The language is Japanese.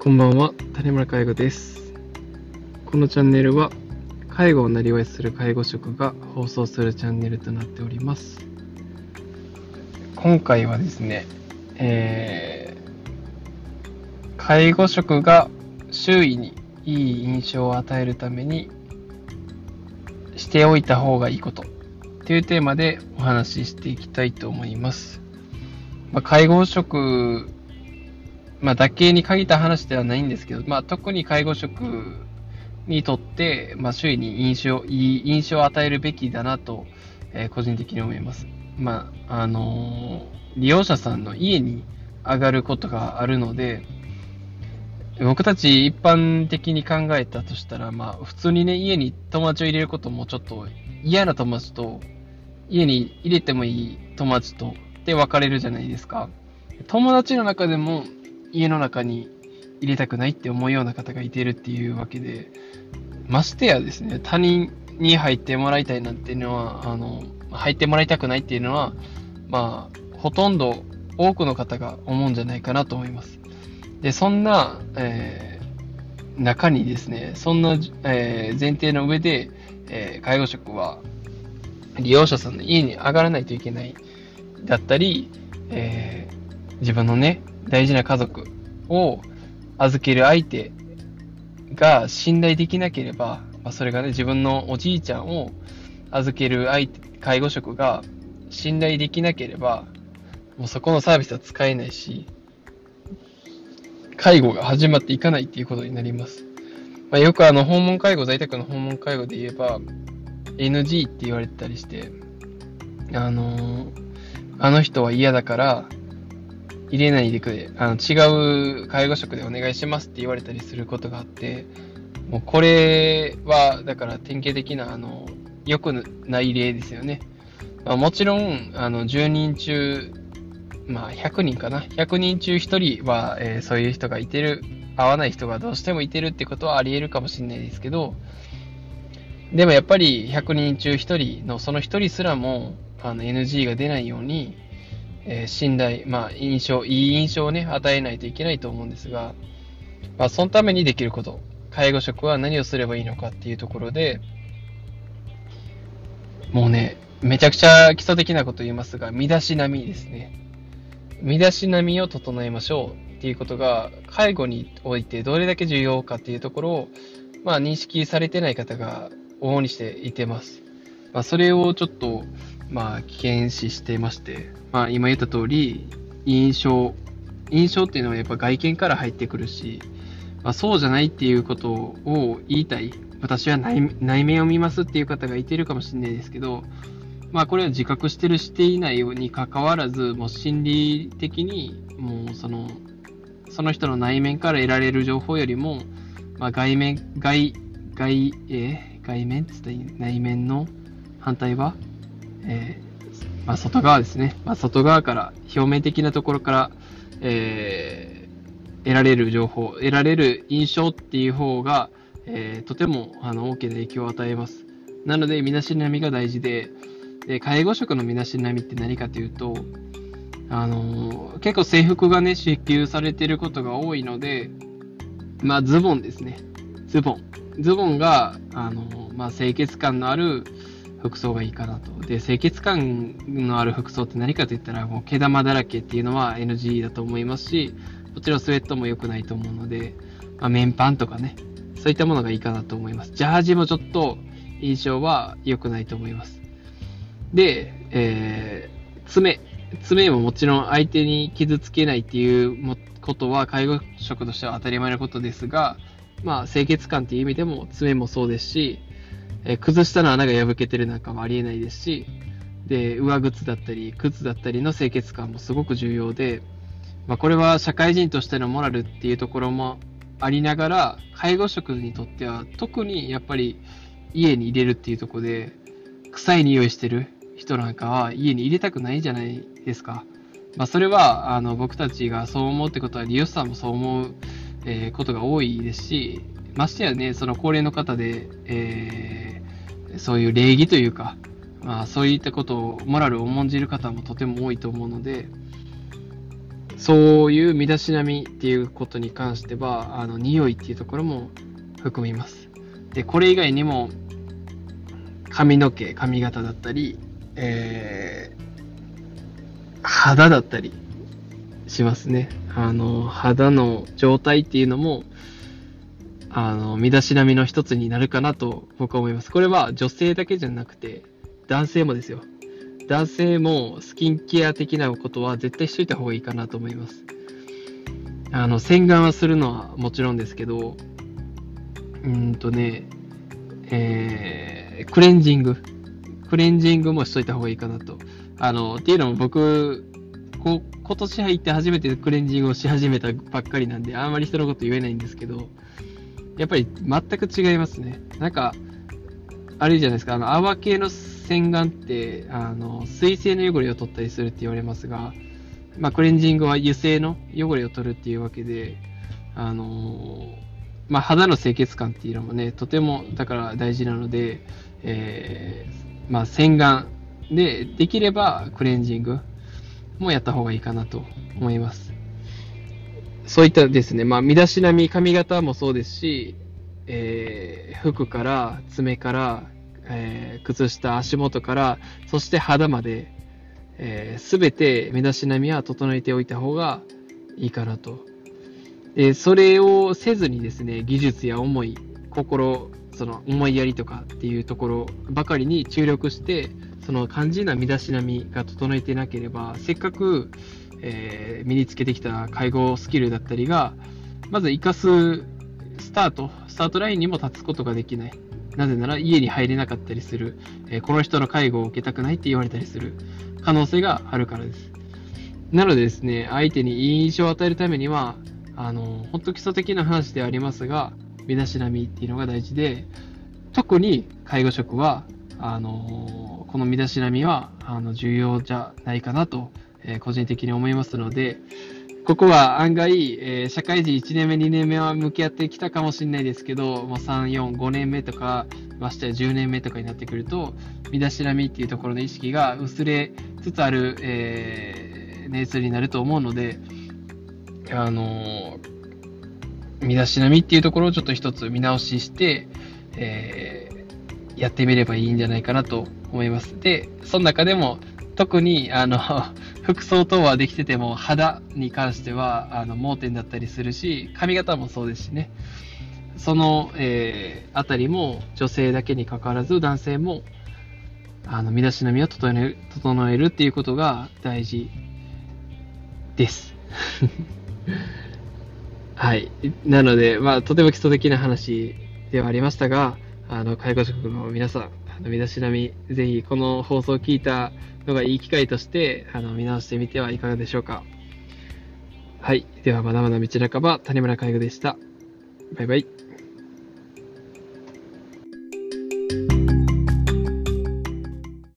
こんばんは、谷村介護です。このチャンネルは介護をなりわいする介護職が放送するチャンネルとなっております。今回はですね、介護職が周囲にいい印象を与えるためにしておいた方がいいことというテーマでお話ししていきたいと思います。介護職だけに限った話ではないんですけど、特に介護職にとって、周囲にいい印象を与えるべきだなと、個人的に思います。利用者さんの家に上がることがあるので、僕たち一般的に考えたとしたら、普通にね、家に友達を入れることもちょっと嫌な友達と、家に入れてもいい友達と、で分かれるじゃないですか。友達の中でも、家の中に入れたくないって思うような方がいてるっていうわけで、ましてやですね、他人に入ってもらいたいなんていうのは、入ってもらいたくないっていうのは、ほとんど多くの方が思うんじゃないかなと思います。で、そんな、中にですね、そんな、前提の上で、介護職は利用者さんの家に上がらないといけないだったり、自分のね、大事な家族を預ける相手が信頼できなければ、それがね、自分のおじいちゃんを預ける介護職が信頼できなければ、もうそこのサービスは使えないし、介護が始まっていかないっていうことになります。よく訪問介護、在宅の訪問介護で言えば、NG って言われてたりして、あの人は嫌だから、入れないでくれ。違う介護職でお願いしますって言われたりすることがあって、もうこれは、だから典型的な、良くない例ですよね。もちろん、10人中、100人かな。100人中1人は、そういう人がいてる、合わない人がどうしてもいてるってことはあり得るかもしれないですけど、でもやっぱり100人中1人のその1人すらも、NG が出ないように、信頼、いい印象をね、与えないといけないと思うんですが、そのためにできること、介護職は何をすればいいのかっていうところで、もうね、めちゃくちゃ基礎的なこと言いますが、身だしなみですね。身だしなみを整えましょうっていうことが、介護においてどれだけ重要かっていうところを、認識されてない方が往々にしていてます。それをちょっと、危険視していまして、今言った通り、印象っていうのはやっぱ外見から入ってくるし、そうじゃないっていうことを言いたい。私は内面を見ますっていう方がいてるかもしれないですけど、これは自覚してるしていないに関わらず、もう心理的に、もうその人の内面から得られる情報よりも、外面って言ったら内面の反対は、外側ですね。外側から、表面的なところから、得られる情報、得られる印象っていう方が、とても大きな影響を与えます。なので、身だしなみが大事で、介護職の身だしなみって何かというと、結構制服がね、支給されていることが多いので、ズボンですね。ズボンが、清潔感のある服装がいいかなと。で、清潔感のある服装って何かと言ったら、もう毛玉だらけっていうのは NG だと思いますし、もちろんスウェットも良くないと思うので、綿パンとかね、そういったものがいいかなと思います。ジャージもちょっと印象は良くないと思います。で、爪ももちろん相手に傷つけないっていうことは介護職としては当たり前のことですが、清潔感っていう意味でも爪もそうですし、靴下の穴が破けてるなんかもありえないですし、で、上靴だったり、靴だったりの清潔感もすごく重要で、これは社会人としてのモラルっていうところもありながら、介護職にとっては特にやっぱり家に入れるっていうところで、臭い匂いしてる人なんかは家に入れたくないじゃないですか。それは、僕たちがそう思うってことは、利用者さんもそう思う、ことが多いですし、ましてやね、その高齢の方で、そういう礼儀というか、そういったことを、モラルを重んじる方もとても多いと思うので、 そういう身だしなみっていうことに関しては、匂いっていうところも含みます。で、これ以外にも、髪の毛、髪型だったり、肌だったりしますね。肌の状態っていうのも、身だしなみの一つになるかなと僕は思います。これは女性だけじゃなくて、男性もですよ。男性もスキンケア的なことは絶対しといた方がいいかなと思います。洗顔はするのはもちろんですけど、クレンジング。クレンジングもしといた方がいいかなと。っていうのも僕、今年入って初めてクレンジングをし始めたばっかりなんで、あんまり人のこと言えないんですけど、やっぱり全く違いますね。なんか、あれじゃないですか、泡系の洗顔って、水性の汚れを取ったりするって言われますが、まあ、クレンジングは油性の汚れを取るっていうわけで、まあ、肌の清潔感っていうのもね、とても、だから大事なので、まあ、洗顔で、できればクレンジングもやった方がいいかなと思います。そういったですね、まあ、身だしなみ、髪型もそうですし、服から、爪から、靴下、足元から、そして肌まで、すべて身だしなみは整えておいた方がいいかなと。それをせずにですね、技術や思い、心、その思いやりとかっていうところばかりに注力して、その肝心な身だしなみが整えていなければ、せっかく、身につけてきた介護スキルだったりが、まず活かすスタートラインにも立つことができない。なぜなら家に入れなかったりする、この人の介護を受けたくないって言われたりする可能性があるからです。なのでですね、相手にいい印象を与えるためには、本当基礎的な話ではありますが、身だしなみっていうのが大事で、特に介護職は、この身だしなみは、重要じゃないかなと、個人的に思いますので、ここは案外、社会人1年目、2年目は向き合ってきたかもしれないですけど、もう3、4、5年目とか、ましてや10年目とかになってくると、身だしなみっていうところの意識が薄れつつある、年数になると思うので、身だしなみっていうところをちょっと一つ見直しして、やってみればいいんじゃないかなと思います。で、その中でも特に服装等はできてても肌に関しては盲点だったりするし、髪型もそうですしね。その、あたりも女性だけに関わらず男性も身だしなみを整えるっていうことが大事です。はい。なので、まあ、とても基礎的な話ではありましたが、介護職の皆さん、身だしなみ、ぜひこの放送を聞いたのがいい機会として、見直してみてはいかがでしょうか。はい。では、まだまだ道半ば、谷村介護でした。バイバイ。